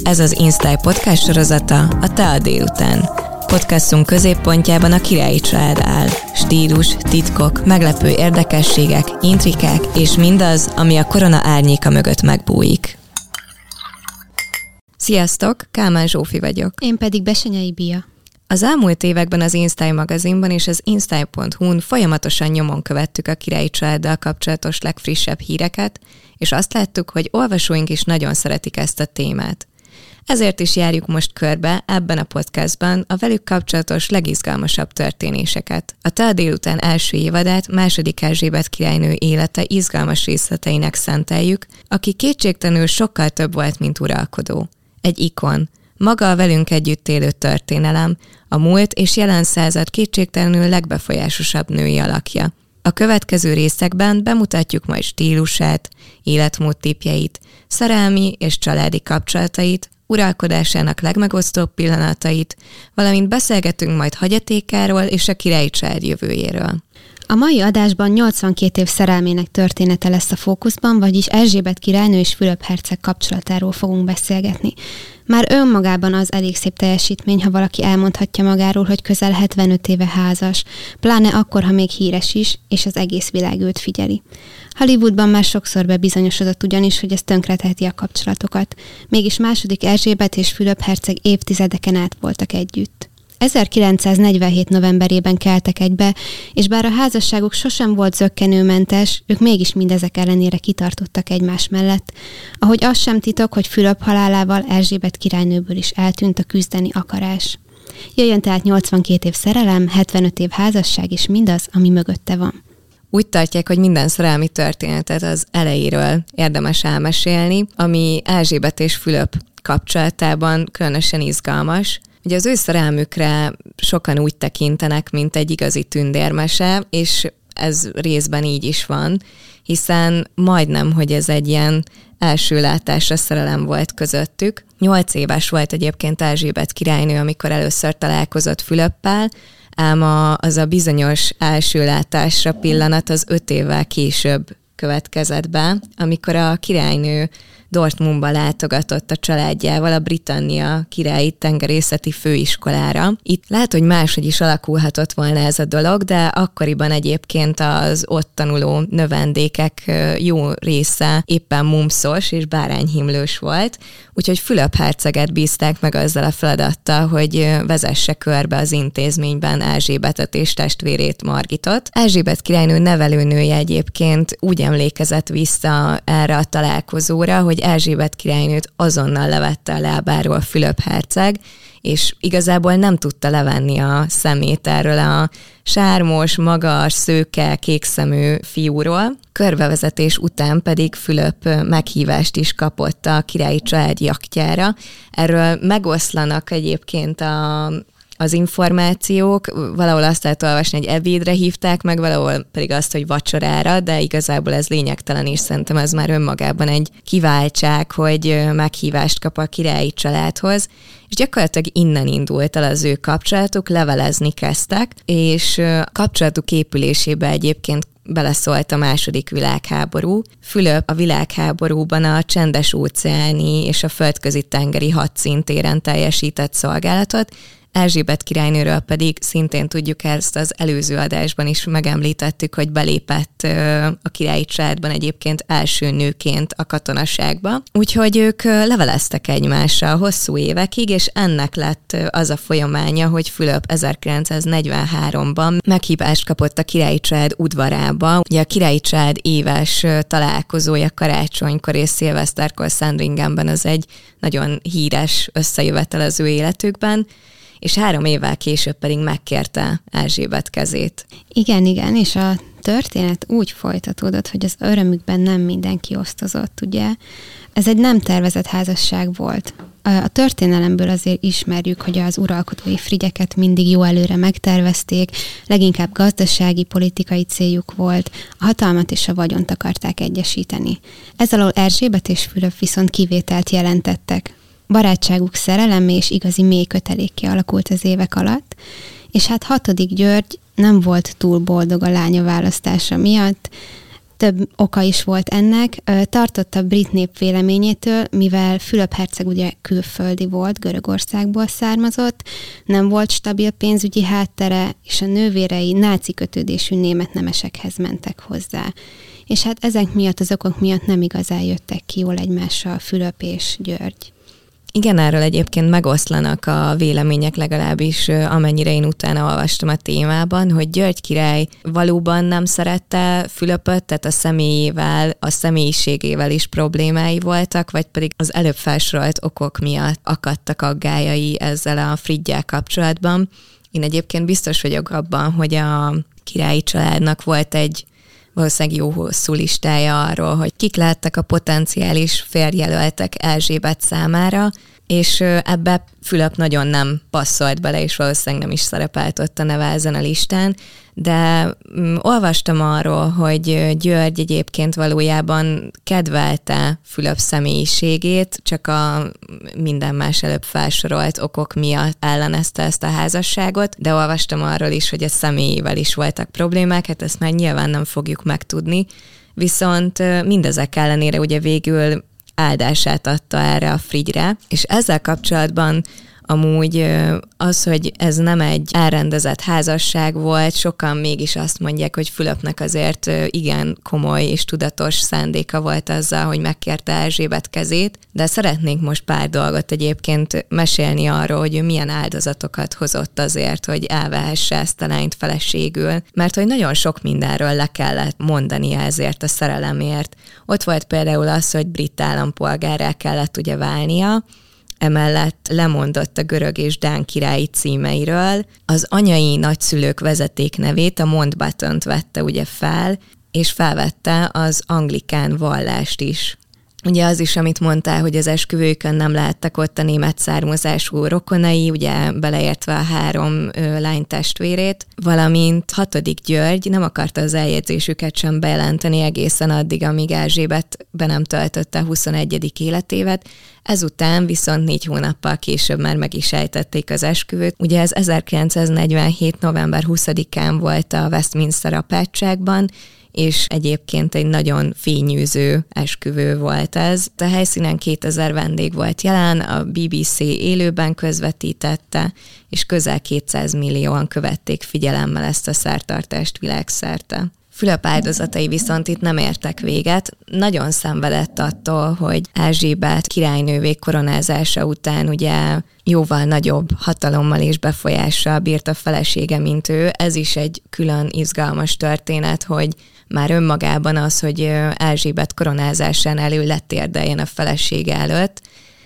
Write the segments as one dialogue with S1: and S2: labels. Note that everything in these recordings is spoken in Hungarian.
S1: Ez az InStyle podcast sorozata, a Te a délután. Podcastunk középpontjában a királyi család áll. Stílus, titkok, meglepő érdekességek, intrikák és mindaz, ami a korona árnyéka mögött megbújik. Sziasztok, Kálmán Zsófi vagyok.
S2: Én pedig Besenyei Bia.
S1: Az elmúlt években az InStyle magazinban és az InStyle.hu-n folyamatosan nyomon követtük a királyi családdal kapcsolatos legfrissebb híreket, és azt láttuk, hogy olvasóink is nagyon szeretik ezt a témát. Ezért is járjuk most körbe ebben a podcastban a velük kapcsolatos legizgalmasabb történéseket. A Te a délután első évadát II. Erzsébet királynő élete izgalmas részleteinek szenteljük, aki kétségtelenül sokkal több volt, mint uralkodó. Egy ikon, maga a velünk együtt élő történelem, a múlt és jelen század kétségtelenül legbefolyásosabb női alakja. A következő részekben bemutatjuk majd stílusát, életmódtípjeit, szerelmi és családi kapcsolatait, uralkodásának legmegosztóbb pillanatait, valamint beszélgetünk majd hagyatékáról és a királyi család jövőjéről.
S2: A mai adásban 82 év szerelmének története lesz a fókuszban, vagyis Erzsébet királynő és Fülöp herceg kapcsolatáról fogunk beszélgetni. Már önmagában az elég szép teljesítmény, ha valaki elmondhatja magáról, hogy közel 75 éve házas, pláne akkor, ha még híres is, és az egész világ őt figyeli. Hollywoodban már sokszor bebizonyosodott ugyanis, hogy ez tönkreteheti a kapcsolatokat. Mégis II. Erzsébet és Fülöp herceg évtizedeken át voltak együtt. 1947. novemberében keltek egybe, és bár a házasságuk sosem volt zökkenőmentes, ők mégis mindezek ellenére kitartottak egymás mellett, ahogy az sem titok, hogy Fülöp halálával Erzsébet királynőből is eltűnt a küzdeni akarás. Jöjjön tehát 82 év szerelem, 75 év házasság és mindaz, ami mögötte van.
S1: Úgy tartják, hogy minden szerelmi történetet az elejéről érdemes elmesélni, ami Erzsébet és Fülöp kapcsolatában különösen izgalmas. Ugye az ő szerelmükre sokan úgy tekintenek, mint egy igazi tündérmese, és ez részben így is van, hiszen majdnem, hogy ez egy ilyen első látásra szerelem volt közöttük. 8 éves volt egyébként Erzsébet királynő, amikor először találkozott Fülöppel, ám az a bizonyos első látásra pillanat az 5 évvel később következett be, amikor a királynő Dortmundba látogatott a családjával a Britannia Királyi Tengerészeti Főiskolára. Itt lehet, hogy máshogy is alakulhatott volna ez a dolog, de akkoriban egyébként az ott tanuló növendékek jó része éppen mumszos és bárányhimlős volt, úgyhogy Fülöp herceget bízták meg azzal a feladattal, hogy vezesse körbe az intézményben Erzsébetet és testvérét, Margitot. Erzsébet királynő nevelőnője egyébként úgy emlékezett vissza erre a találkozóra, hogy Erzsébet királynőt azonnal levette a lábáról Fülöp herceg, és igazából nem tudta levenni a szemét erről a sármos, magas, szőke, kékszemű fiúról. Körbevezetés után pedig Fülöp meghívást is kapott a királyi család jachtjára. Erről megoszlanak egyébként az információk, valahol azt lehet olvasni, hogy ebédre hívták meg, valahol pedig azt, hogy vacsorára, de igazából ez lényegtelen, és szerintem ez már önmagában egy kiváltság, hogy meghívást kap a királyi családhoz, és gyakorlatilag innen indult el az ő kapcsolatuk, levelezni kezdtek, és kapcsolatuk épülésébe egyébként beleszólt a II. Világháború. Fülöp a világháborúban a csendes-óceáni és a földközi tengeri hadszintéren teljesített szolgálatot, Erzsébet királynőről pedig szintén tudjuk, ezt az előző adásban is megemlítettük, hogy belépett a királyi családban egyébként első nőként a katonaságba. Úgyhogy ők leveleztek egymással hosszú évekig, és ennek lett az a folyamánya, hogy Fülöp 1943-ban meghívást kapott a királyi család udvarába. Ugye a királyi család éves találkozója karácsonykor és szilveszterkor Sandringenben az egy nagyon híres összejövetel az ő életükben, és 3 évvel később pedig megkérte Erzsébet kezét.
S2: Igen, és a történet úgy folytatódott, hogy az örömükben nem mindenki osztozott, ugye? Ez egy nem tervezett házasság volt. A történelemből azért ismerjük, hogy az uralkodói frigyeket mindig jó előre megtervezték, leginkább gazdasági, politikai céljuk volt, a hatalmat és a vagyont akarták egyesíteni. Ez alól Erzsébet és Fülöp viszont kivételt jelentettek. Barátságuk szerelemmé és igazi mély kötelékké alakult az évek alatt, és hát 6. György nem volt túl boldog a lánya választása miatt, Több oka is volt ennek. Tartott a brit nép véleményétől, mivel Fülöp herceg ugye külföldi volt, Görögországból származott, nem volt stabil pénzügyi háttere, és a nővérei náci kötődésű német nemesekhez mentek hozzá. És hát ezek miatt, az okok miatt nem igazán jöttek ki jól egymással Fülöp és György.
S1: Igen, erről egyébként megoszlanak a vélemények, legalábbis amennyire én utána olvastam a témában, hogy György király valóban nem szerette Fülöpöt, tehát a személyével, a személyiségével is problémái voltak, vagy pedig az előbb felsorolt okok miatt akadtak aggályai ezzel a Frigyel kapcsolatban. Én egyébként biztos vagyok abban, hogy a királyi családnak volt egy valószínűleg jó hosszú listája arról, hogy kik lehettek a potenciális férjjelöltek Erzsébet számára, és ebbe Fülöp nagyon nem passzolt bele, és valószínűleg nem is szerepelt ott a neve ezen a listán, de olvastam arról, hogy György egyébként valójában kedvelte Fülöp személyiségét, csak a minden más előbb felsorolt okok miatt ellenezte ezt a házasságot, de olvastam arról is, hogy a személyével is voltak problémák, hát ezt már nyilván nem fogjuk megtudni, viszont mindezek ellenére ugye végül áldását adta erre a Frigyre, és ezzel kapcsolatban amúgy az, hogy ez nem egy elrendezett házasság volt, sokan mégis azt mondják, hogy Fülöpnek azért igen komoly és tudatos szándéka volt azzal, hogy megkérte Erzsébet kezét, de szeretnék most pár dolgot egyébként mesélni arról, hogy ő milyen áldozatokat hozott azért, hogy elvehesse ezt a lányt feleségül, mert hogy nagyon sok mindenről le kellett mondania ezért a szerelemért. Ott volt például az, hogy brit állampolgárrá kellett ugye válnia, emellett lemondott a görög és dán királyi címeiről, az anyai nagyszülők vezetéknevét, a Mountbattont vette ugye fel, és felvette az anglikán vallást is. Ugye az is, amit mondtál, hogy az esküvőkön nem lehettek ott a német származású rokonai, ugye beleértve a 3 lány testvérét, valamint 6. György nem akarta az eljegyzésüket sem bejelenteni egészen addig, amíg Erzsébet be nem töltötte 21. életévet, ezután viszont 4 hónappal később már meg is ejtették az esküvőt. Ugye ez 1947. november 20-án volt a Westminster apátságban, és egyébként egy nagyon fényűző esküvő volt ez. A helyszínen 2000 vendég volt jelen, a BBC élőben közvetítette, és közel 200 millióan követték figyelemmel ezt a szertartást világszerte. Fülöp áldozatai viszont itt nem értek véget. Nagyon szenvedett attól, hogy Erzsébet királynővé koronázása után ugye jóval nagyobb hatalommal és befolyással bírt a felesége, mint ő. Ez is egy külön izgalmas történet, hogy már önmagában az, hogy Erzsébet koronázásán elő letérdeljen a felesége előtt,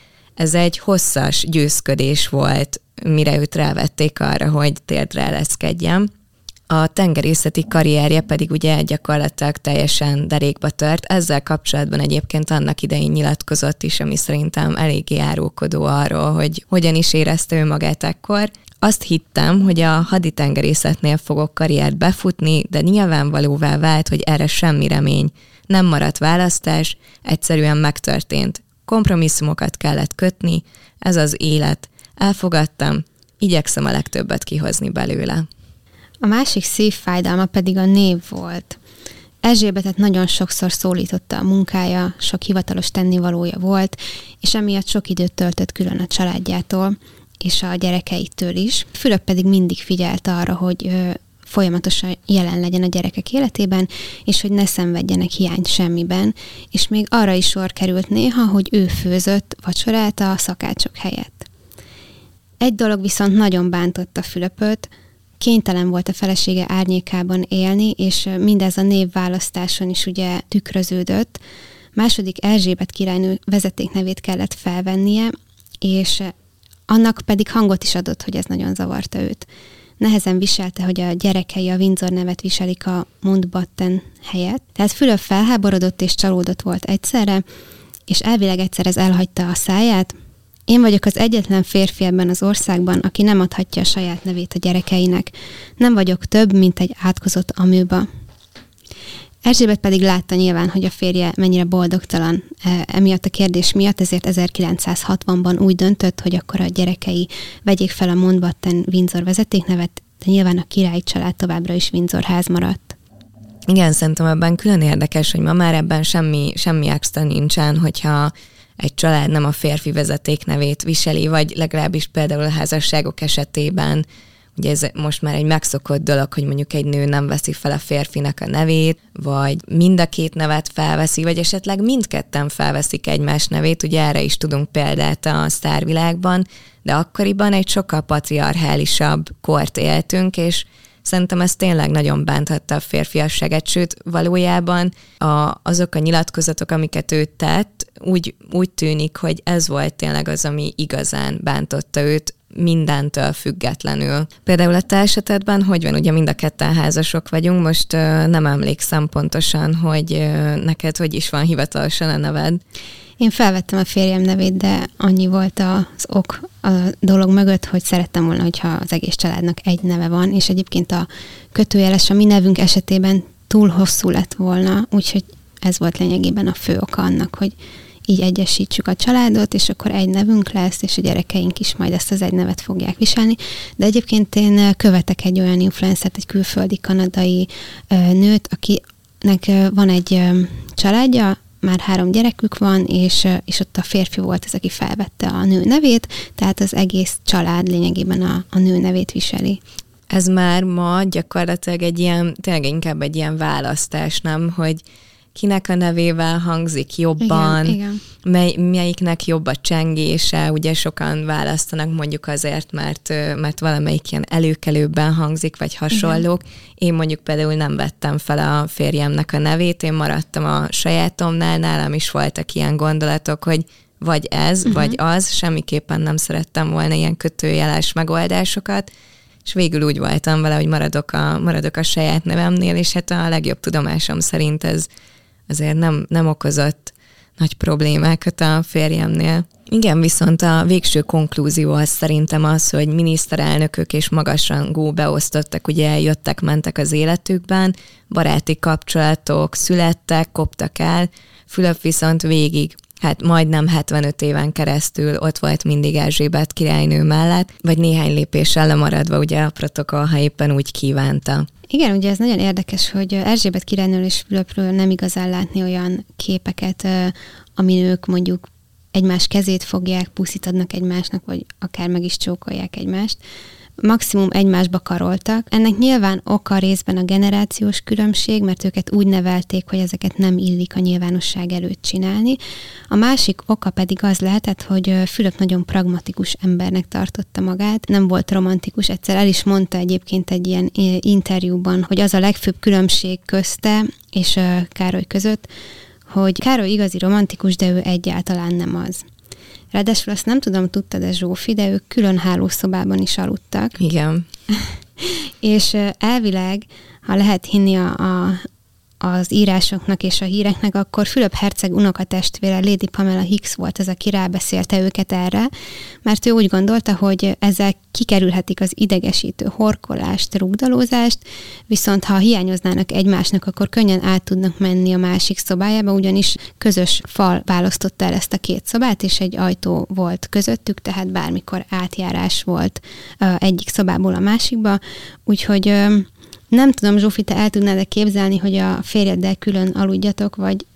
S1: ez egy hosszas győzködés volt, mire őt rávették arra, hogy térdre ereszkedjen. A tengerészeti karrierje pedig ugye gyakorlatilag teljesen derékba tört. Ezzel kapcsolatban egyébként annak idején nyilatkozott is, ami szerintem eléggé árulkodó arról, hogy hogyan is érezte ő magát ekkor. Azt hittem, hogy a haditengerészetnél fogok karriert befutni, de nyilvánvalóvá vált, hogy erre semmi remény. Nem maradt választás, egyszerűen megtörtént. Kompromisszumokat kellett kötni, ez az élet. Elfogadtam, igyekszem a legtöbbet kihozni belőle.
S2: A másik szívfájdalma pedig a név volt. Erzsébetet nagyon sokszor szólította a munkája, sok hivatalos tennivalója volt, és emiatt sok időt töltött külön a családjától, és a gyerekeitől is. Fülöp pedig mindig figyelt arra, hogy folyamatosan jelen legyen a gyerekek életében, és hogy ne szenvedjenek hiányt semmiben, és még arra is sor került néha, hogy ő főzött vacsorát a szakácsok helyett. Egy dolog viszont nagyon bántotta Fülöpöt, kénytelen volt a felesége árnyékában élni, és mindez a névválasztáson is ugye tükröződött. Második Erzsébet királynő vezetéknevét kellett felvennie, és annak pedig hangot is adott, hogy ez nagyon zavarta őt. Nehezen viselte, hogy a gyerekei a Windsor nevet viselik a Mountbatten helyett. Tehát Fülöp felháborodott és csalódott volt egyszerre, és elvileg egyszer ez elhagyta a száját. Én vagyok az egyetlen férfi ebben az országban, aki nem adhatja a saját nevét a gyerekeinek. Nem vagyok több, mint egy átkozott amőba. Erzsébet pedig látta nyilván, hogy a férje mennyire boldogtalan emiatt a kérdés miatt, ezért 1960-ban úgy döntött, hogy akkor a gyerekei vegyék fel a Mountbatten Windsor vezetéknevet, de nyilván a királyi család továbbra is Windsor ház maradt.
S1: Igen, szerintem ebben külön érdekes, hogy ma már ebben semmi extra nincsen, hogyha egy család nem a férfi vezeték nevét viseli, vagy legalábbis például a házasságok esetében, ugye ez most már egy megszokott dolog, hogy mondjuk egy nő nem veszi fel a férfinak a nevét, vagy mind a két nevet felveszi, vagy esetleg mindketten felveszik egymás nevét, ugye erre is tudunk példát a sztárvilágban, de akkoriban egy sokkal patriarchálisabb kort éltünk, és szerintem ez tényleg nagyon bánthatta a férfiasságet, sőt, valójában azok a nyilatkozatok, amiket ő tett, úgy tűnik, hogy ez volt tényleg az, ami igazán bántotta őt, mindentől függetlenül. Például a te esetedben, hogy van, ugye mind a ketten házasok vagyunk, most nem emlékszem pontosan, hogy neked hogy is van hivatalosan a neved.
S2: Én felvettem a férjem nevét, de annyi volt az ok a dolog mögött, hogy szerettem volna, hogyha az egész családnak egy neve van, és egyébként a kötőjeles a mi nevünk esetében túl hosszú lett volna, úgyhogy ez volt lényegében a fő oka annak, hogy így egyesítsük a családot, és akkor egy nevünk lesz, és a gyerekeink is majd ezt az egy nevet fogják viselni. De egyébként én követek egy olyan influencert, egy külföldi kanadai nőt, akinek van egy családja, már 3 gyerekük van, és ott a férfi volt az, aki felvette a nő nevét, tehát az egész család lényegében a nő nevét viseli.
S1: Ez már ma gyakorlatilag tényleg inkább egy ilyen választás, nem? Hogy kinek a nevével hangzik jobban,
S2: igen.
S1: Melyiknek jobb a csengése, ugye sokan választanak mondjuk azért, mert valamelyik ilyen előkelőbben hangzik, vagy hasonlók. Igen. Én mondjuk például nem vettem fel a férjemnek a nevét, én maradtam a sajátomnál, nálam is voltak ilyen gondolatok, hogy vagy ez, vagy az, semmiképpen nem szerettem volna ilyen kötőjeles megoldásokat, és végül úgy voltam vele, hogy maradok a saját nevemnél, és hát a legjobb tudomásom szerint ez azért nem okozott nagy problémákat a férjemnél. Igen, viszont a végső konklúzió az szerintem az, hogy miniszterelnökök és magasrangú beosztottak, ugye jöttek-mentek az életükben, baráti kapcsolatok születtek, koptak el, Fülöp viszont végig, hát majdnem 75 éven keresztül ott volt mindig Erzsébet királynő mellett, vagy néhány lépéssel lemaradva ugye a protokoll, ha éppen úgy kívánta.
S2: Igen, ugye ez nagyon érdekes, hogy Erzsébet királynőről és Fülöpről nem igazán látni olyan képeket, amin ők mondjuk egymás kezét fogják, puszit adnak egymásnak, vagy akár meg is csókolják egymást. Maximum egymásba karoltak. Ennek nyilván oka részben a generációs különbség, mert őket úgy nevelték, hogy ezeket nem illik a nyilvánosság előtt csinálni. A másik oka pedig az lehetett, hogy Fülöp nagyon pragmatikus embernek tartotta magát, nem volt romantikus. Egyszer el is mondta egyébként egy ilyen interjúban, hogy az a legfőbb különbség közte és Károly között, hogy Károly igazi romantikus, de ő egyáltalán nem az. Ráadásul azt nem tudom, tudtad-e Zsófi, de ők külön hálószobában is aludtak.
S1: Igen.
S2: És elvileg, ha lehet hinni az írásoknak és a híreknek, akkor Fülöp herceg unokatestvére Lady Pamela Hicks volt az, aki rábeszélte őket erre, mert ő úgy gondolta, hogy ezzel kikerülhetik az idegesítő horkolást, rugdalózást, viszont ha hiányoznának egymásnak, akkor könnyen át tudnak menni a másik szobájába, ugyanis közös fal választotta el ezt a 2 szobát, és egy ajtó volt közöttük, tehát bármikor átjárás volt egyik szobából a másikba, úgyhogy nem tudom, Zsófi, te el tudnád-e képzelni, hogy a férjeddel külön aludjatok,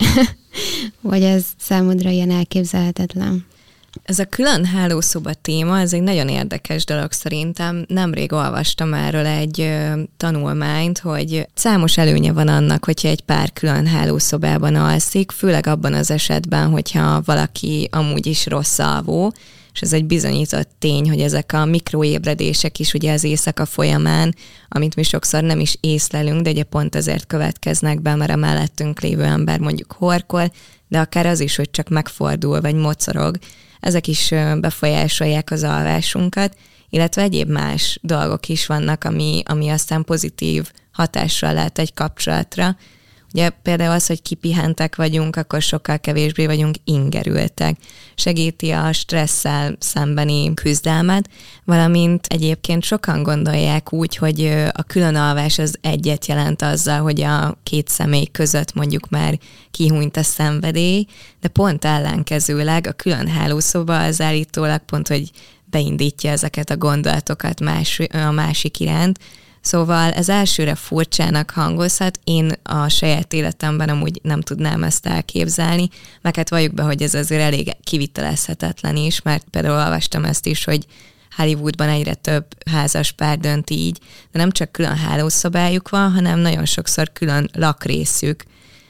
S2: vagy ez számodra ilyen elképzelhetetlen?
S1: Ez a külön hálószoba téma, ez egy nagyon érdekes dolog szerintem. Nemrég olvastam erről egy tanulmányt, hogy számos előnye van annak, hogyha egy pár külön hálószobában alszik, főleg abban az esetben, hogyha valaki amúgy is rossz alvó, és ez egy bizonyított tény, hogy ezek a mikroébredések is ugye az éjszaka folyamán, amit mi sokszor nem is észlelünk, de ugye pont ezért következnek be, mert a mellettünk lévő ember mondjuk horkol, de akár az is, hogy csak megfordul vagy mocorog, ezek is befolyásolják az alvásunkat, illetve egyéb más dolgok is vannak, ami aztán pozitív hatással lehet egy kapcsolatra. Ugye például az, hogy kipihentek vagyunk, akkor sokkal kevésbé vagyunk ingerültek. Segíti a stresszel szembeni küzdelmet, valamint egyébként sokan gondolják úgy, hogy a különalvás az egyet jelent azzal, hogy a 2 személy között mondjuk már kihúnyt a szenvedély, de pont ellenkezőleg a külön hálószoba az állítólag pont, hogy beindítja ezeket a gondolatokat a másik iránt. Szóval ez elsőre furcsának hangozhat, én a saját életemben amúgy nem tudnám ezt elképzelni, meg hát valljuk be, hogy ez azért elég kivitelezhetetlen is, mert például olvastam ezt is, hogy Hollywoodban egyre több házas pár dönt így, de nem csak külön hálószobájuk van, hanem nagyon sokszor külön lakrészük,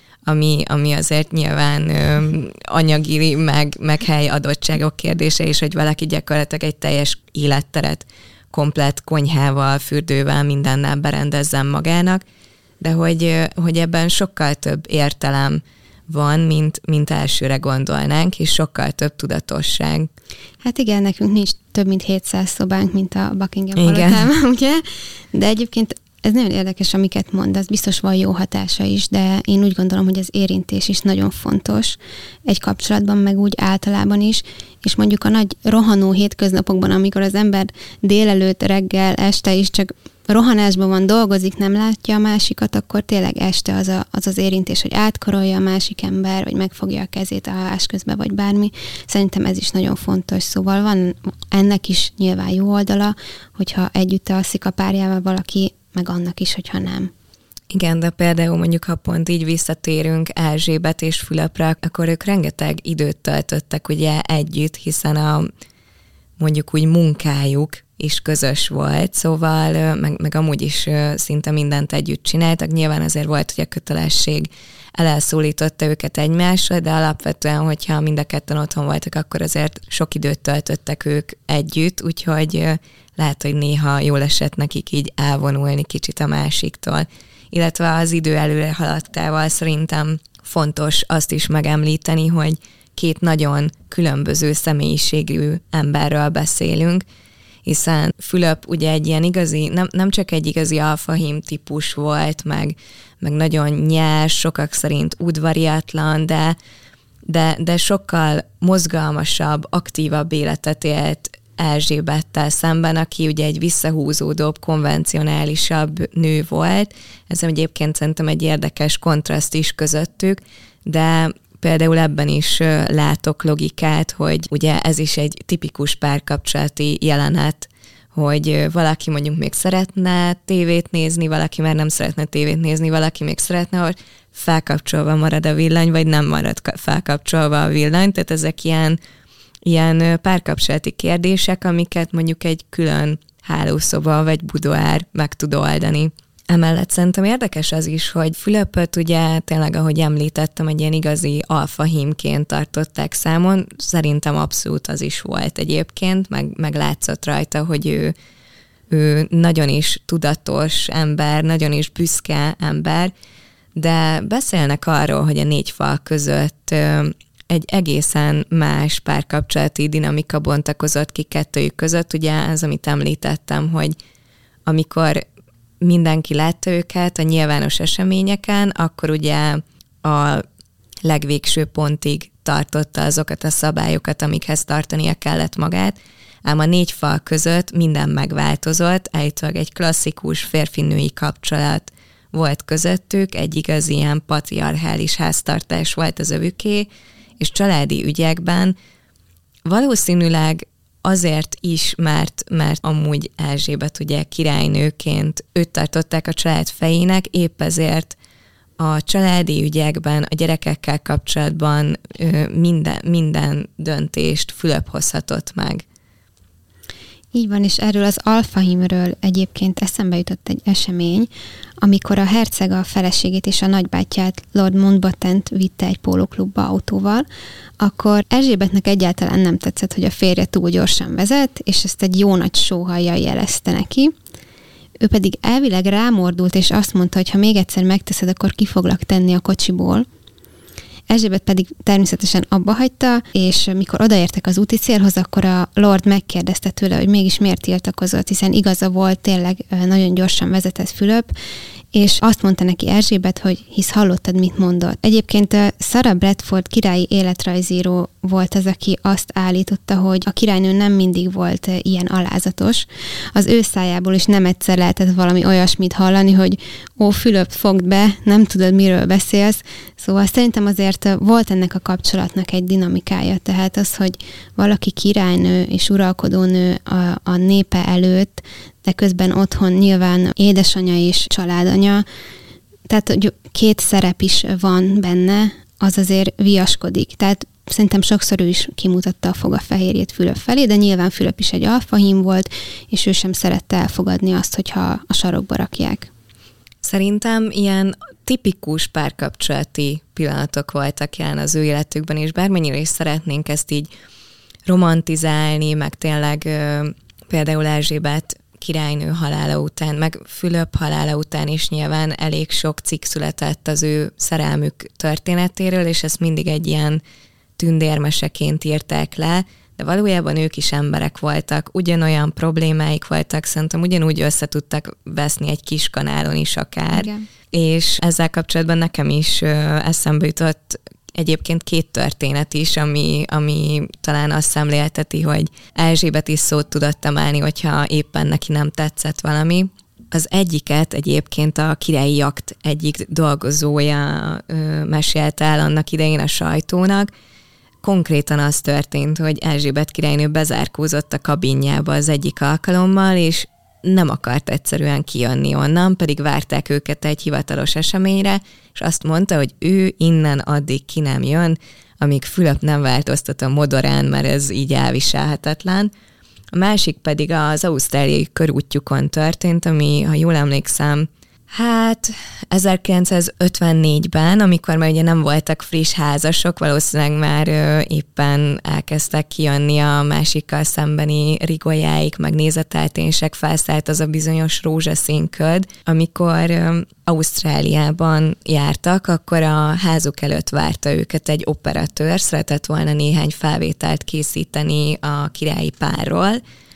S1: ami azért nyilván anyagi, meg hely adottságok kérdése is, hogy valaki gyakorlatilag egy teljes életteret komplett konyhával, fürdővel, mindennel berendezzen magának, de hogy ebben sokkal több értelem van, mint elsőre gondolnánk, és sokkal több tudatosság.
S2: Hát igen, nekünk nincs több mint 700 szobánk, mint a Buckingham palotában, ugye? De egyébként ez nagyon érdekes, amiket mond, ez biztos van jó hatása is, de én úgy gondolom, hogy az érintés is nagyon fontos egy kapcsolatban, meg úgy általában is, és mondjuk a nagy rohanó hétköznapokban, amikor az ember délelőtt, reggel, este is csak rohanásban van, dolgozik, nem látja a másikat, akkor tényleg este az érintés, hogy átkarolja a másik ember, vagy megfogja a kezét alvás közben, vagy bármi. Szerintem ez is nagyon fontos. Szóval van ennek is nyilván jó oldala, hogyha együtt alszik a párjával valaki, meg annak is, hogyha nem.
S1: Igen, de például mondjuk, ha pont így visszatérünk Erzsébet és Fülöpre, akkor ők rengeteg időt töltöttek ugye együtt, hiszen a mondjuk úgy munkájuk is közös volt, szóval meg amúgy is szinte mindent együtt csináltak. Nyilván azért volt, hogy a kötelesség elszólította őket egymásra, de alapvetően, hogyha mind a ketten otthon voltak, akkor azért sok időt töltöttek ők együtt, úgyhogy lehet, hogy néha jól esett nekik így elvonulni kicsit a másiktól. Illetve az idő előre haladtával szerintem fontos azt is megemlíteni, hogy két nagyon különböző személyiségű emberről beszélünk, hiszen Fülöp ugye egy ilyen igazi, nem csak egy igazi alfahím típus volt, meg nagyon nyers, sokak szerint udvariatlan, de sokkal mozgalmasabb, aktívabb életet élt Erzsébettel szemben, aki ugye egy visszahúzódóbb, konvencionálisabb nő volt. Ez egyébként szerintem egy érdekes kontraszt is közöttük, de például ebben is látok logikát, hogy ugye ez is egy tipikus párkapcsolati jelenet, hogy valaki mondjuk még szeretne tévét nézni, valaki már nem szeretne tévét nézni, valaki még szeretne, hogy felkapcsolva marad a villany, vagy nem marad felkapcsolva a villany, tehát ezek ilyen párkapcsolati kérdések, amiket mondjuk egy külön hálószoba vagy budoár meg tud oldani. Emellett szerintem érdekes az is, hogy Fülöpöt ugye tényleg, ahogy említettem, egy ilyen igazi alfahímként tartották számon. Szerintem abszolút az is volt egyébként, meg látszott rajta, hogy ő nagyon is tudatos ember, nagyon is büszke ember, de beszélnek arról, hogy a négy fal között egy egészen más párkapcsolati dinamika bontakozott ki kettőjük között. Ugye ez, amit említettem, hogy amikor mindenki látta őket a nyilvános eseményeken, akkor ugye a legvégső pontig tartotta azokat a szabályokat, amikhez tartania kellett magát, ám a négy fal között minden megváltozott, állítólag egy klasszikus férfi-női kapcsolat volt közöttük, egy igazi ilyen patriarchális háztartás volt az övüké, és családi ügyekben valószínűleg azért is, mert amúgy Erzsébet ugye királynőként őt tartották a család fejének, épp ezért a családi ügyekben, a gyerekekkel kapcsolatban minden döntést Fülöp hozhatott meg.
S2: Így van, és erről az alfahímről egyébként eszembe jutott egy esemény, amikor a herceg a feleségét és a nagybátyját, Lord Mountbattent vitte egy pólóklubba autóval, akkor Erzsébetnek egyáltalán nem tetszett, hogy a férje túl gyorsan vezet, és ezt egy jó nagy sóhajjal jelezte neki. Ő pedig elvileg rámordult, és azt mondta, hogy ha még egyszer megteszed, akkor ki foglak tenni a kocsiból. Erzsébet pedig természetesen abba hagyta, és mikor odaértek az úti célhoz, akkor a Lord megkérdezte tőle, hogy mégis miért tiltakozott, hiszen igaza volt, tényleg nagyon gyorsan vezetett Fülöp, és azt mondta neki Erzsébet, hogy hisz hallottad, mit mondott. Egyébként Sarah Bradford királyi életrajzíró volt az, aki azt állította, hogy a királynő nem mindig volt ilyen alázatos. Az ő szájából is nem egyszer lehetett valami olyasmit hallani, hogy ó, Fülöp, fogd be, nem tudod, miről beszélsz. Szóval szerintem azért volt ennek a kapcsolatnak egy dinamikája, tehát az, hogy valaki királynő és uralkodónő a népe előtt, de közben otthon nyilván édesanyja és családanya, tehát hogy két szerep is van benne, az azért viaskodik. Tehát szerintem sokszor ő is kimutatta a fogafehérjét Fülöp felé, de nyilván Fülöp is egy alfahím volt, és ő sem szerette elfogadni azt, hogyha a sarokba rakják.
S1: Szerintem ilyen tipikus párkapcsolati pillanatok voltak jelen az ő életükben, és bármennyire is szeretnénk ezt így romantizálni, meg tényleg például Erzsébet királynő halála után, meg Fülöp halála után is nyilván elég sok cikk született az ő szerelmük történetéről, és ezt mindig egy ilyen tündérmeseként írták le, de valójában ők is emberek voltak, ugyanolyan problémáik voltak, szerintem ugyanúgy össze tudtak veszni egy kis kanálon is akár.
S2: Igen.
S1: És ezzel kapcsolatban nekem is eszembe jutott egyébként két történet is, ami talán azt szemlélteti, hogy Erzsébet is szót tudott emelni, hogyha éppen neki nem tetszett valami. Az egyiket egyébként a Királyi Jakt egyik dolgozója mesélte el annak idején a sajtónak. Konkrétan az történt, hogy Erzsébet királynő bezárkózott a kabinjába az egyik alkalommal, és nem akart egyszerűen kijönni onnan, pedig várták őket egy hivatalos eseményre, és azt mondta, hogy ő innen addig ki nem jön, amíg Fülöp nem változtat a modorán, mert ez így elviselhetetlen. A másik pedig az ausztráliai körútjukon történt, ami, ha jól emlékszem, 1954-ben, amikor már ugye nem voltak friss házasok, valószínűleg már éppen elkezdtek kijönni a másikkal szembeni rigolyáik, meg nézeteltések, felszállt az a bizonyos rózsaszín köd. Amikor Ausztráliában jártak, akkor a házuk előtt várta őket egy operatőr, szeretett volna néhány felvételt készíteni a királyi párról,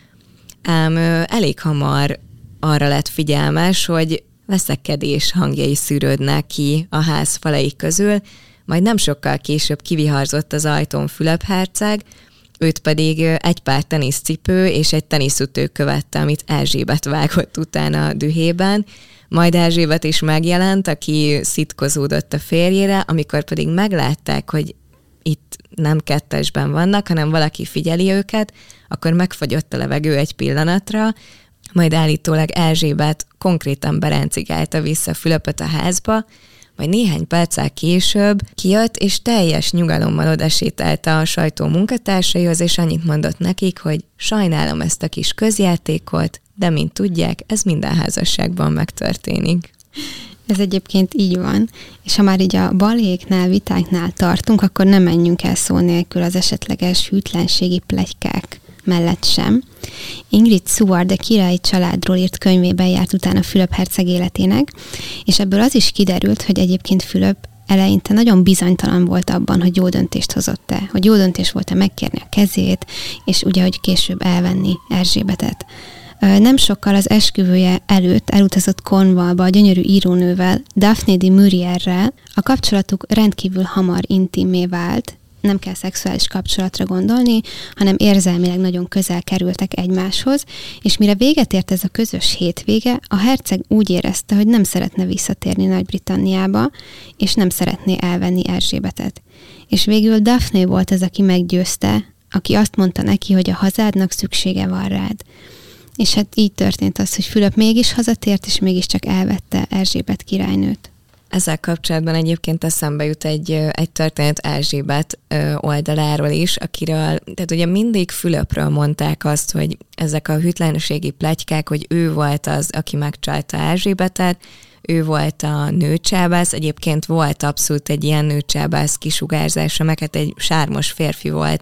S1: ám elég hamar arra lett figyelmes, hogy veszekedés hangjai szűrődnek ki a ház falai közül, majd nem sokkal később kiviharzott az ajtón Fülöp herceg, őt pedig egy pár teniszcipő és egy teniszütő követte, amit Erzsébet vágott utána dühében, majd Erzsébet is megjelent, aki szitkozódott a férjére, amikor pedig meglátták, hogy itt nem kettesben vannak, hanem valaki figyeli őket, akkor megfagyott a levegő egy pillanatra, majd állítólag Erzsébet konkrétan beráncigálta vissza Fülöpöt a házba, majd néhány perccel később kijött, és teljes nyugalommal odasétálta a sajtó munkatársaihoz, és annyit mondott nekik, hogy sajnálom ezt a kis közjátékot, de mint tudják, ez minden házasságban megtörténik.
S2: Ez egyébként így van, és ha már így a baléknál, vitáknál tartunk, akkor nem menjünk el szó nélkül az esetleges hűtlenségi pletykák mellett sem. Ingrid Seward a királyi családról írt könyvében járt utána Fülöp herceg életének, és ebből az is kiderült, hogy egyébként Fülöp eleinte nagyon bizonytalan volt abban, hogy jó döntést hozott-e, hogy jó döntés volt-e megkérni a kezét, és ugye, hogy később elvenni Erzsébetet. Nem sokkal az esküvője előtt elutazott Cornwallba a gyönyörű írónővel, Daphne du Maurierrel. A kapcsolatuk rendkívül hamar intimmé vált, nem kell szexuális kapcsolatra gondolni, hanem érzelmileg nagyon közel kerültek egymáshoz, és mire véget ért ez a közös hétvége, a herceg úgy érezte, hogy nem szeretne visszatérni Nagy-Britanniába, és nem szeretné elvenni Erzsébetet. És végül Daphne volt az, aki meggyőzte, aki azt mondta neki, hogy a hazádnak szüksége van rád. És hát így történt az, hogy Fülöp mégis hazatért, és mégiscsak elvette Erzsébet királynőt.
S1: Ezzel kapcsolatban egyébként eszembe jut egy történet Erzsébet oldaláról is, akiről, tehát ugye mindig Fülöpről mondták azt, hogy ezek a hűtlenségi pletykák, hogy ő volt az, aki megcsalta Erzsébetet, ő volt a nőcsábász, egyébként volt abszolút egy ilyen nőcsábász kisugárzása, meg hát egy sármos férfi volt,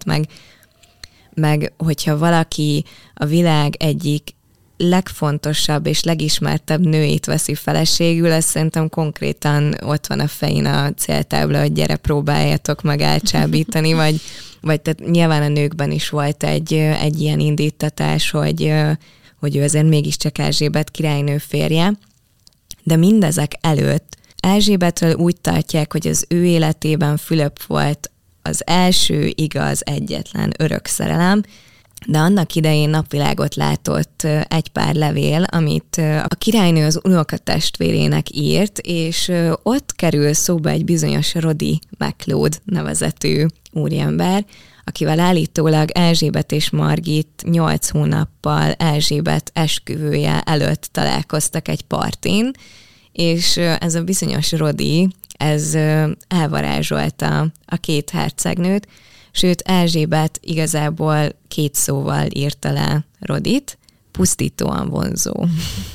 S1: meg hogyha valaki a világ egyik legfontosabb és legismertebb nőit veszi feleségül, ez szerintem konkrétan ott van a fején a céltábla, hogy gyere, próbáljatok meg elcsábítani, vagy tehát nyilván a nőkben is volt egy ilyen indítatás, hogy ő azért mégiscsak Erzsébet királynő férje, de mindezek előtt Erzsébetről úgy tartják, hogy az ő életében Fülöp volt az első, igaz, egyetlen örök szerelem, de annak idején napvilágot látott egy pár levél, amit a királynő az unokatestvérének írt, és ott kerül szóba egy bizonyos Roddy MacLeod nevezetű úriember, akivel állítólag Erzsébet és Margit 8 hónappal Erzsébet esküvője előtt találkoztak egy partin, és ez a bizonyos Rodi, ez elvarázsolta a két hercegnőt, sőt Erzsébet igazából 2 szóval írta le Rodit, pusztítóan vonzó.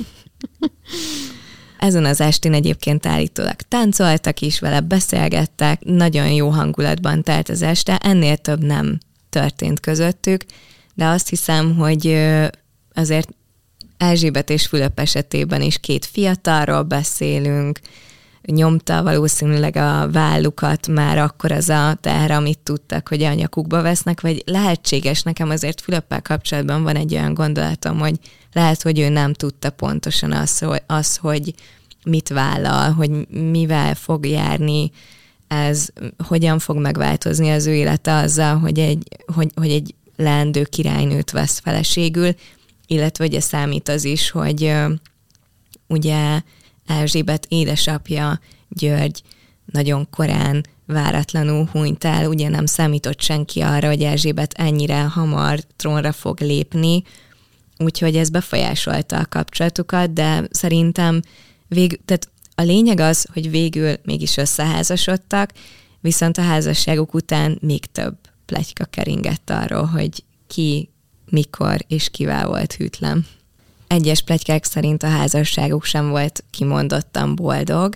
S1: Ezen az estén egyébként állítólag táncoltak is vele, beszélgettek, nagyon jó hangulatban telt az este, ennél több nem történt közöttük, de azt hiszem, hogy azért Erzsébet és Fülöp esetében is 2 fiatalról beszélünk, nyomta valószínűleg a vállukat már akkor az a teher, amit tudtak, hogy a nyakukba vesznek, vagy lehetséges, nekem azért Fülöppel kapcsolatban van egy olyan gondolatom, hogy lehet, hogy ő nem tudta pontosan az, hogy mit vállal, hogy mivel fog járni, ez hogyan fog megváltozni az ő élete azzal, hogy egy leendő királynőt vesz feleségül, illetve ugye számít az is, hogy ugye Erzsébet édesapja György nagyon korán váratlanul hunyt el, ugye nem számított senki arra, hogy Erzsébet ennyire hamar trónra fog lépni, úgyhogy ez befolyásolta a kapcsolatukat, de szerintem tehát a lényeg az, hogy végül mégis összeházasodtak, viszont a házasságuk után még több pletyka keringett arról, hogy ki, mikor és kivel volt hűtlen. Egyes pletykák szerint a házasságuk sem volt kimondottan boldog,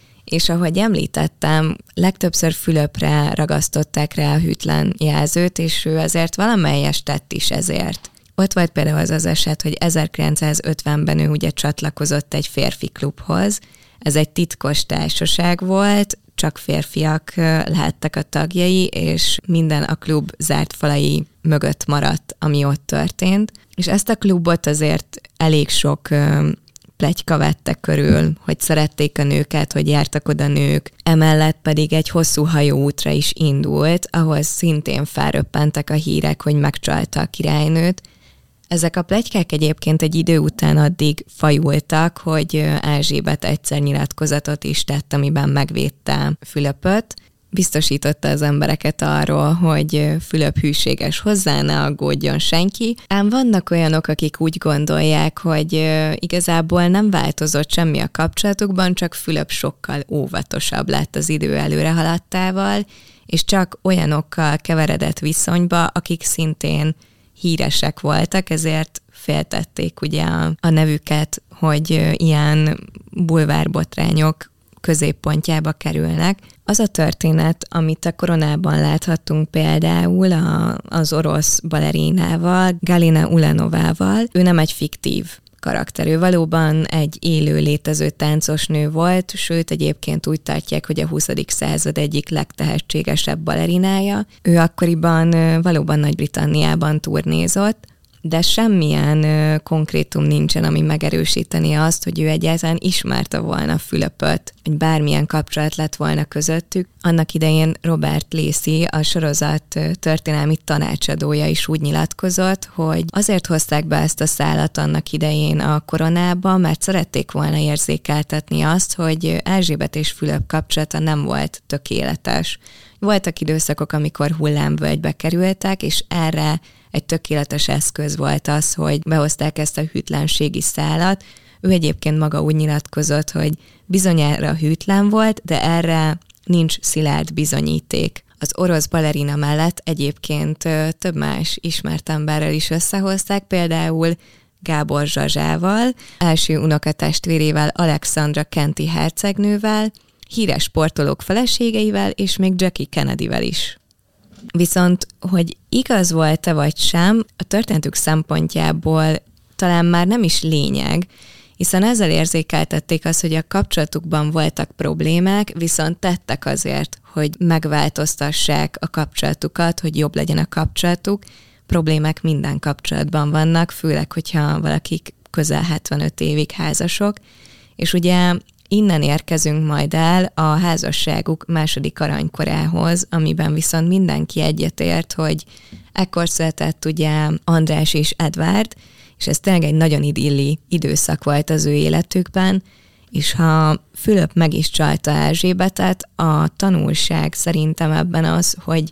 S1: és ahogy említettem, legtöbbször Fülöpre ragasztották rá a hűtlen jelzőt, és ő azért valamelyest tett is ezért. Ott volt például az eset, hogy 1950-ben ő ugye csatlakozott egy férfi klubhoz. Ez egy titkos társaság volt, csak férfiak lehettek a tagjai, és minden a klub zárt falai mögött maradt, ami ott történt. És ezt a klubot azért elég sok pletyka vette körül, hogy szerették a nőket, hogy jártak oda nők. Emellett pedig egy hosszú hajóútra is indult, ahol szintén felröppentek a hírek, hogy megcsalta a királynőt. Ezek a pletykák egyébként egy idő után addig fajultak, hogy Erzsébet egyszer nyilatkozatot is tett, amiben megvédte Fülöpöt. Biztosította az embereket arról, hogy Fülöp hűséges hozzá, ne aggódjon senki. Ám vannak olyanok, akik úgy gondolják, hogy igazából nem változott semmi a kapcsolatukban, csak Fülöp sokkal óvatosabb lett az idő előre haladtával, és csak olyanokkal keveredett viszonyba, akik szintén híresek voltak, ezért féltették ugye a nevüket, hogy ilyen bulvárbotrányok középpontjába kerülnek. Az a történet, amit a Koronában láthattunk például az orosz balerinával, Galina Ulanovával, ő nem egy fiktív karakter. Ő valóban egy élő, létező táncosnő volt, sőt egyébként úgy tartják, hogy a 20. század egyik legtehetségesebb balerinája. Ő akkoriban valóban Nagy-Britanniában turnézott, de semmilyen konkrétum nincsen, ami megerősíteni azt, hogy ő egyáltalán ismerte volna Fülöpöt, hogy bármilyen kapcsolat lett volna közöttük. Annak idején Robert Lacey, a sorozat történelmi tanácsadója is úgy nyilatkozott, hogy azért hozták be ezt a szálat annak idején a Koronába, mert szerették volna érzékeltetni azt, hogy Erzsébet és Fülöp kapcsolata nem volt tökéletes. Voltak időszakok, amikor hullámvölgybe kerültek, és erre egy tökéletes eszköz volt az, hogy behozták ezt a hűtlenségi szálat. Ő egyébként maga úgy nyilatkozott, hogy bizonyára hűtlen volt, de erre nincs szilárd bizonyíték. Az orosz balerina mellett egyébként több más ismert emberrel is összehozták, például Gábor Zsazsával, első unokatestvérével, Alexandra Kenti hercegnővel, híres sportolók feleségeivel, és még Jackie Kennedyvel is. Viszont, hogy igaz volt-e vagy sem, a történetük szempontjából talán már nem is lényeg, hiszen ezzel érzékeltették azt, hogy a kapcsolatukban voltak problémák, viszont tettek azért, hogy megváltoztassák a kapcsolatukat, hogy jobb legyen a kapcsolatuk. Problémák minden kapcsolatban vannak, főleg, hogyha valakik közel 75 évig házasok, és ugye innen érkezünk majd el a házasságuk második aranykorához, amiben viszont mindenki egyetért, hogy ekkor született ugye András és Edvárd, és ez tényleg egy nagyon idilli időszak volt az ő életükben, és ha Fülöp meg is csalta Erzsébetet, a tanulság szerintem ebben az, hogy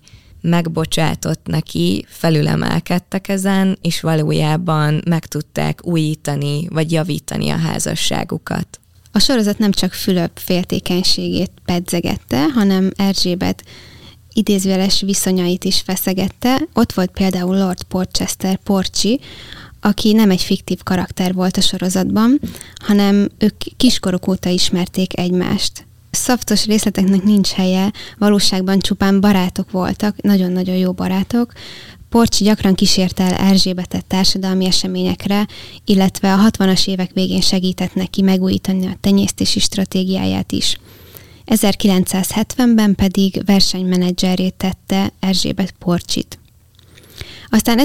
S1: megbocsátott neki, felülemelkedtek ezen, és valójában meg tudták újítani, vagy javítani a házasságukat.
S2: A sorozat nem csak Fülöp féltékenységét pedzegette, hanem Erzsébet idézőjeles viszonyait is feszegette. Ott volt például Lord Porchester Porcsi, aki nem egy fiktív karakter volt a sorozatban, hanem ők kiskoruk óta ismerték egymást. Szaftos részleteknek nincs helye, valóságban csupán barátok voltak, nagyon-nagyon jó barátok. Porcsi gyakran kísérte el Erzsébetet társadalmi eseményekre, illetve a 60-as évek végén segített neki megújítani a tenyésztési stratégiáját is. 1970-ben pedig versenymenedzserré tette Erzsébet Porcsit. Aztán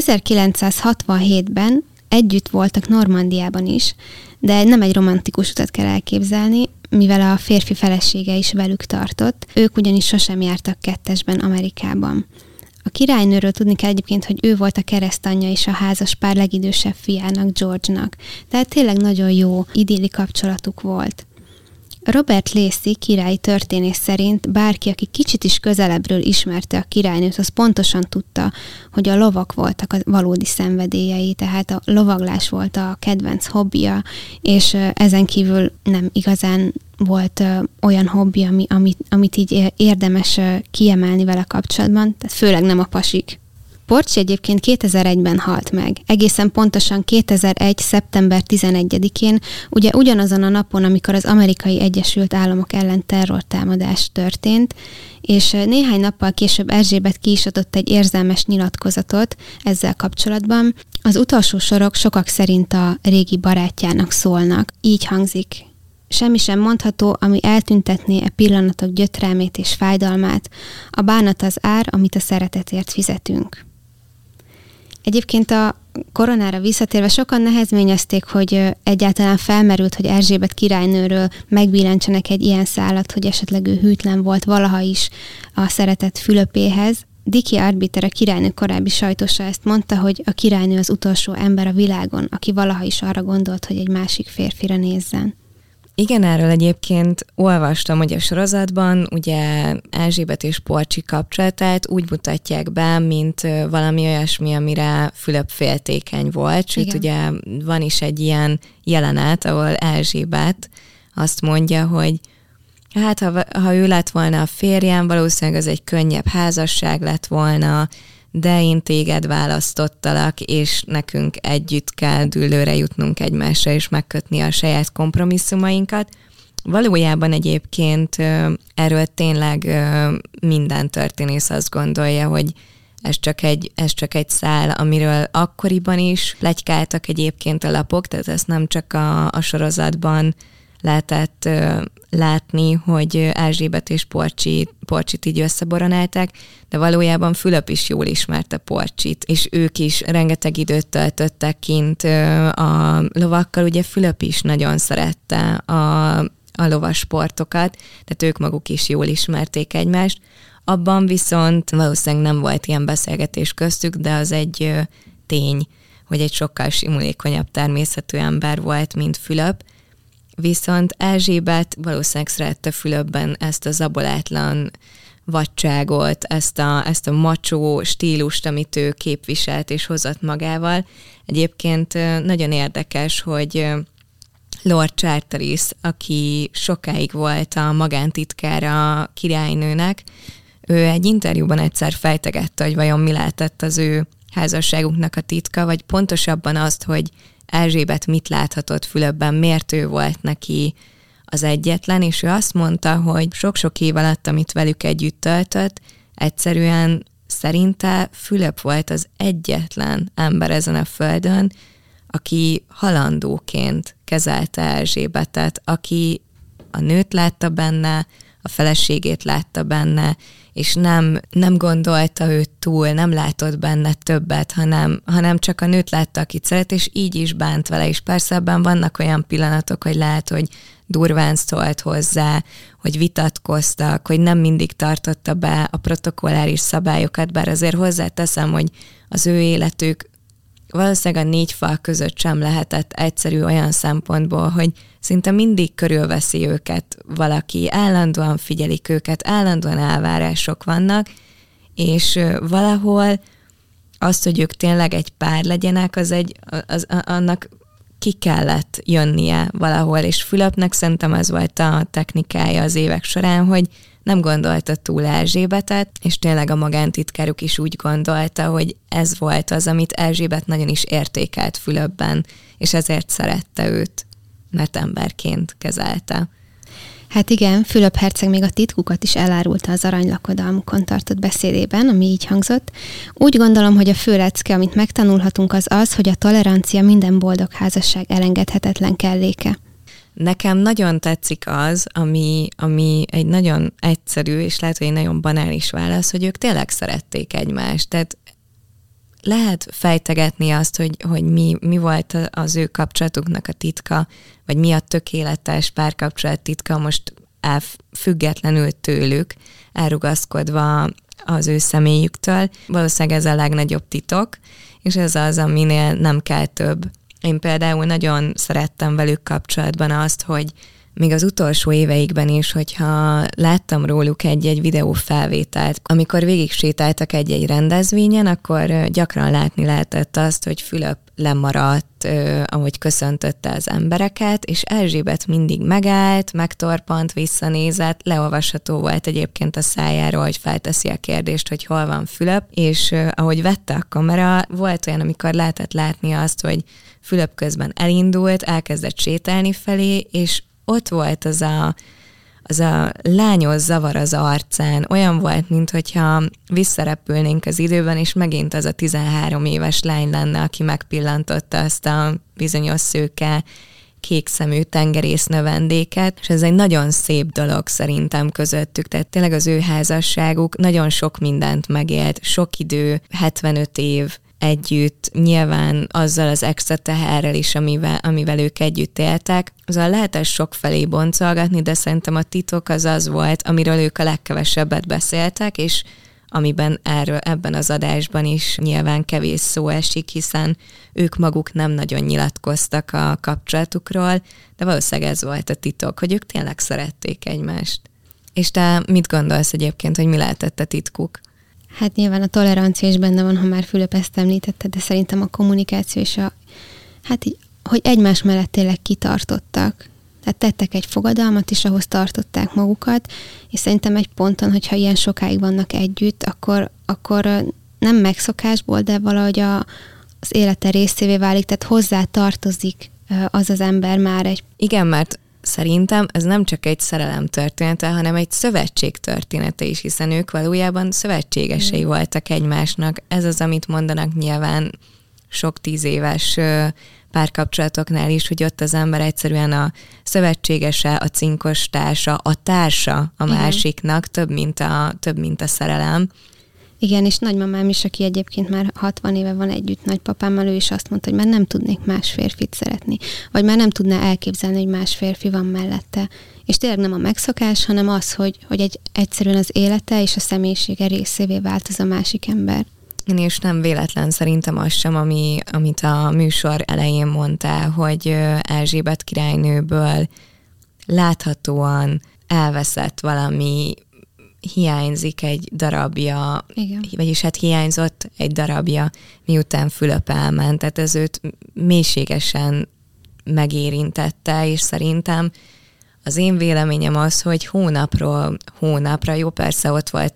S2: 1967-ben együtt voltak Normandiában is, de nem egy romantikus utat kell elképzelni, mivel a férfi felesége is velük tartott, ők ugyanis sosem jártak kettesben Amerikában. A királynőről tudni kell egyébként, hogy ő volt a keresztanyja és a házaspár legidősebb fiának, George-nak. Tehát tényleg nagyon jó idilli kapcsolatuk volt. Robert Lacey királyi történész szerint bárki, aki kicsit is közelebbről ismerte a királynőt, az pontosan tudta, hogy a lovak voltak a valódi szenvedélyei, tehát a lovaglás volt a kedvenc hobbija, és ezen kívül nem igazán volt olyan hobbi, amit így érdemes kiemelni vele kapcsolatban, tehát főleg nem a pasik. Porcsi egyébként 2001-ben halt meg. Egészen pontosan 2001. szeptember 11-én, ugye ugyanazon a napon, amikor az Amerikai Egyesült Államok ellen terrortámadás történt, és néhány nappal később Erzsébet ki is adott egy érzelmes nyilatkozatot ezzel kapcsolatban. Az utolsó sorok sokak szerint a régi barátjának szólnak. Így hangzik: semmi sem mondható, ami eltüntetné e pillanatok gyötrelmét és fájdalmát. A bánat az ár, amit a szeretetért fizetünk. Egyébként a koronára visszatérve sokan nehezményezték, hogy egyáltalán felmerült, hogy Erzsébet királynőről megbillentsenek egy ilyen szálat, hogy esetleg ő hűtlen volt valaha is a szeretett Fülöpéhez. Dickie Arbiter, a királynő korábbi sajtosa ezt mondta, hogy a királynő az utolsó ember a világon, aki valaha is arra gondolt, hogy egy másik férfira nézzen.
S1: Igen, erről egyébként olvastam, hogy a sorozatban ugye Erzsébet és Porcsi kapcsolatát úgy mutatják be, mint valami olyasmi, amire Fülöp féltékeny volt. Sőt, ugye van is egy ilyen jelenet, ahol Erzsébet azt mondja, hogy hát ha ő lett volna a férjem, valószínűleg az egy könnyebb házasság lett volna, de én téged választottalak, és nekünk együtt kell dűlőre jutnunk egymásra, és megkötni a saját kompromisszumainkat. Valójában egyébként erről tényleg minden történész azt gondolja, hogy ez csak egy szál, amiről akkoriban is pletykáltak egyébként a lapok, tehát ezt nem csak a sorozatban lehetett látni, hogy Erzsébet és Porcsit így összeboronálták, de valójában Fülöp is jól ismerte Porcsit, és ők is rengeteg időt töltöttek kint a lovakkal. Ugye Fülöp is nagyon szerette a lovasportokat, tehát ők maguk is jól ismerték egymást. Abban viszont valószínűleg nem volt ilyen beszélgetés köztük, de az egy tény, hogy egy sokkal simulékonyabb természetű ember volt, mint Fülöp. Viszont Erzsébet valószínűleg szerette Fülöpben ezt a zabolátlan vadságot, ezt a macsó stílust, amit ő képviselt és hozott magával. Egyébként nagyon érdekes, hogy Lord Charteris, aki sokáig volt a magántitkára a királynőnek, ő egy interjúban egyszer fejtegette, hogy vajon mi lehetett az ő házasságuknak a titka, vagy pontosabban azt, hogy Erzsébet mit láthatott Fülöpben, miért ő volt neki az egyetlen, és ő azt mondta, hogy sok-sok év alatt, amit velük együtt töltött, egyszerűen szerinte Fülöp volt az egyetlen ember ezen a földön, aki halandóként kezelte Erzsébetet, aki a nőt látta benne, a feleségét látta benne, és nem gondolta őt túl, nem látott benne többet, hanem csak a nőt látta, akit szeret, és így is bánt vele. És persze ebben vannak olyan pillanatok, hogy lehet, hogy durván szólt hozzá, hogy vitatkoztak, hogy nem mindig tartotta be a protokolláris szabályokat, bár azért hozzáteszem, hogy az ő életük valószínűleg a 4 fal között sem lehetett egyszerű olyan szempontból, hogy szinte mindig körülveszi őket valaki, állandóan figyelik őket, állandóan elvárások vannak, és valahol azt, hogy ők tényleg egy pár legyenek, annak ki kellett jönnie valahol, és Fülöpnek szerintem az volt a technikája az évek során, hogy nem gondolta túl Erzsébetet, és tényleg a magántitkáruk is úgy gondolta, hogy ez volt az, amit Erzsébet nagyon is értékelt Fülöpben, és ezért szerette őt, mert emberként kezelte.
S2: Hát igen, Fülöp herceg még a titkukat is elárulta az aranylakodalmukon tartott beszédében, ami így hangzott. Úgy gondolom, hogy a fő lecke, amit megtanulhatunk, az az, hogy a tolerancia minden boldog házasság elengedhetetlen kelléke.
S1: Nekem nagyon tetszik az, ami egy nagyon egyszerű, és lehet, hogy egy nagyon banális válasz, hogy ők tényleg szerették egymást. Tehát lehet fejtegetni azt, hogy mi volt az ő kapcsolatuknak a titka, vagy mi a tökéletes párkapcsolat titka most függetlenül tőlük, elrugaszkodva az ő személyüktől. Valószínűleg ez a legnagyobb titok, és ez az, aminél nem kell több. Én például nagyon szerettem velük kapcsolatban azt, hogy még az utolsó éveikben is, hogyha láttam róluk egy videófelvételt, amikor végig sétáltak egy rendezvényen, akkor gyakran látni lehetett azt, hogy Fülöp lemaradt, ahogy köszöntötte az embereket, és Erzsébet mindig megállt, megtorpant, visszanézett, leolvasható volt egyébként a szájáról, hogy felteszi a kérdést, hogy hol van Fülöp, és ahogy vette a kamera, volt olyan, amikor lehetett látni azt, hogy Fülöp közben elindult, elkezdett sétálni felé, és ott volt az a lányos zavar az arcán, olyan volt, minthogyha visszarepülnénk az időben, és megint az a 13 éves lány lenne, aki megpillantotta azt a bizonyos szőke, kékszemű tengerész növendéket, és ez egy nagyon szép dolog szerintem közöttük, tehát tényleg az ő házasságuk nagyon sok mindent megélt, sok idő, 75 év együtt, nyilván azzal az extra teherrel is, amivel ők együtt éltek. Azzal lehetett sokfelé boncolgatni, de szerintem a titok az volt, amiről ők a legkevesebbet beszéltek, és amiben ebben az adásban is nyilván kevés szó esik, hiszen ők maguk nem nagyon nyilatkoztak a kapcsolatukról, de valószínűleg ez volt a titok, hogy ők tényleg szerették egymást. És te mit gondolsz egyébként, hogy mi lehetett a titkuk?
S2: Hát nyilván a tolerancia is benne van, ha már Fülöp ezt említette, de szerintem a kommunikáció és hogy egymás mellett tényleg kitartottak. Tehát tettek egy fogadalmat, és ahhoz tartották magukat, és szerintem egy ponton, hogyha ilyen sokáig vannak együtt, akkor nem megszokásból, de valahogy az élete részévé válik, tehát hozzá tartozik az ember már egy...
S1: Igen, mert szerintem ez nem csak egy szerelem története, hanem egy szövetség története is, hiszen ők valójában szövetségesei voltak egymásnak. Ez az, amit mondanak nyilván sok 10 éves párkapcsolatoknál is, hogy ott az ember egyszerűen a szövetségese, a cinkos társa, a társa a másiknak, több mint a szerelem.
S2: Igen, és nagymamám is, aki egyébként már 60 éve van együtt nagypapámmal, ő is azt mondta, hogy már nem tudnék más férfit szeretni, vagy már nem tudná elképzelni, hogy más férfi van mellette. És tényleg nem a megszokás, hanem az, hogy egyszerűen az élete és a személyisége részévé vált az a másik ember.
S1: És nem véletlen szerintem az sem, amit a műsor elején mondtál, hogy Erzsébet királynőből láthatóan elveszett valami, hiányzik egy darabja, igen. Vagyis hát hiányzott egy darabja, miután Fülöp elment, tehát ez őt mélységesen megérintette, és szerintem az én véleményem az, hogy hónapról hónapra, jó persze ott volt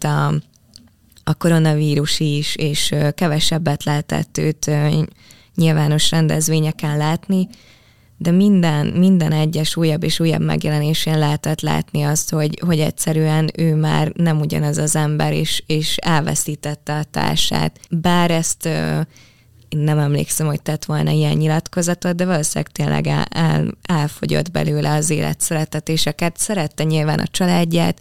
S1: a koronavírus is, és kevesebbet lehetett őt nyilvános rendezvényeken látni, de minden egyes újabb és újabb megjelenésén lehetett látni azt, hogy egyszerűen ő már nem ugyanaz az ember, és elveszítette a társát. Bár ezt én nem emlékszem, hogy tett volna ilyen nyilatkozatot, de valószínűleg tényleg elfogyott belőle az életszeretetéseket. Szerette nyilván a családját,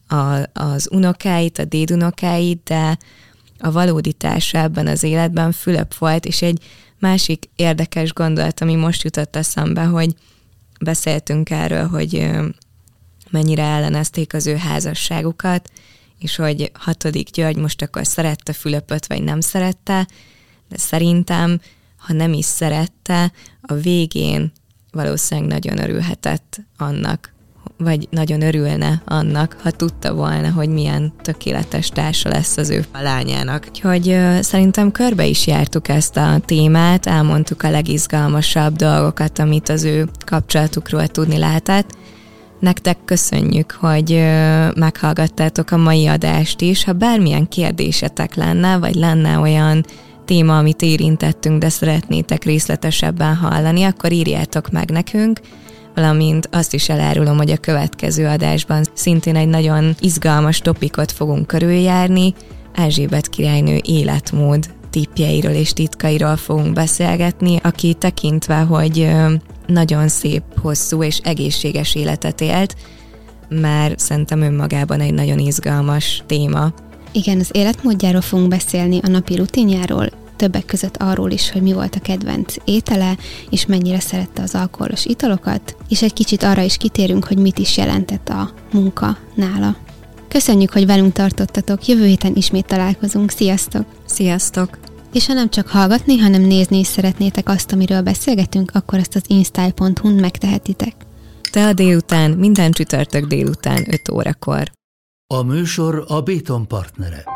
S1: az unokáit, a dédunokáit, de a valódi társa ebben az életben Fülöp volt, és egy másik érdekes gondolat, ami most jutott eszembe, hogy beszéltünk erről, hogy mennyire ellenezték az ő házasságukat, és hogy 6. György most akkor szerette Fülöpöt, vagy nem szerette, de szerintem, ha nem is szerette, a végén valószínűleg nagyon örülhetett annak, vagy nagyon örülne annak, ha tudta volna, hogy milyen tökéletes társa lesz az ő lányának. Úgyhogy szerintem körbe is jártuk ezt a témát, elmondtuk a legizgalmasabb dolgokat, amit az ő kapcsolatukról tudni lehetett. Nektek köszönjük, hogy meghallgattátok a mai adást is. Ha bármilyen kérdésetek lenne, vagy lenne olyan téma, amit érintettünk, de szeretnétek részletesebben hallani, akkor írjátok meg nekünk, valamint azt is elárulom, hogy a következő adásban szintén egy nagyon izgalmas topikot fogunk körüljárni, Erzsébet királynő életmód tippjeiről és titkairól fogunk beszélgetni, aki tekintve, hogy nagyon szép, hosszú és egészséges életet élt, már szerintem önmagában egy nagyon izgalmas téma.
S2: Igen, az életmódjáról fogunk beszélni, a napi rutinjáról, többek között arról is, hogy mi volt a kedvenc étele, és mennyire szerette az alkoholos italokat, és egy kicsit arra is kitérünk, hogy mit is jelentett a munka nála. Köszönjük, hogy velünk tartottatok, jövő héten ismét találkozunk, sziasztok!
S1: Sziasztok!
S2: És ha nem csak hallgatni, hanem nézni is szeretnétek azt, amiről beszélgetünk, akkor ezt az instyle.hu-n megtehetitek.
S1: Te a délután, minden csütörtök délután 5 órakor.
S3: A műsor a Béton partnere.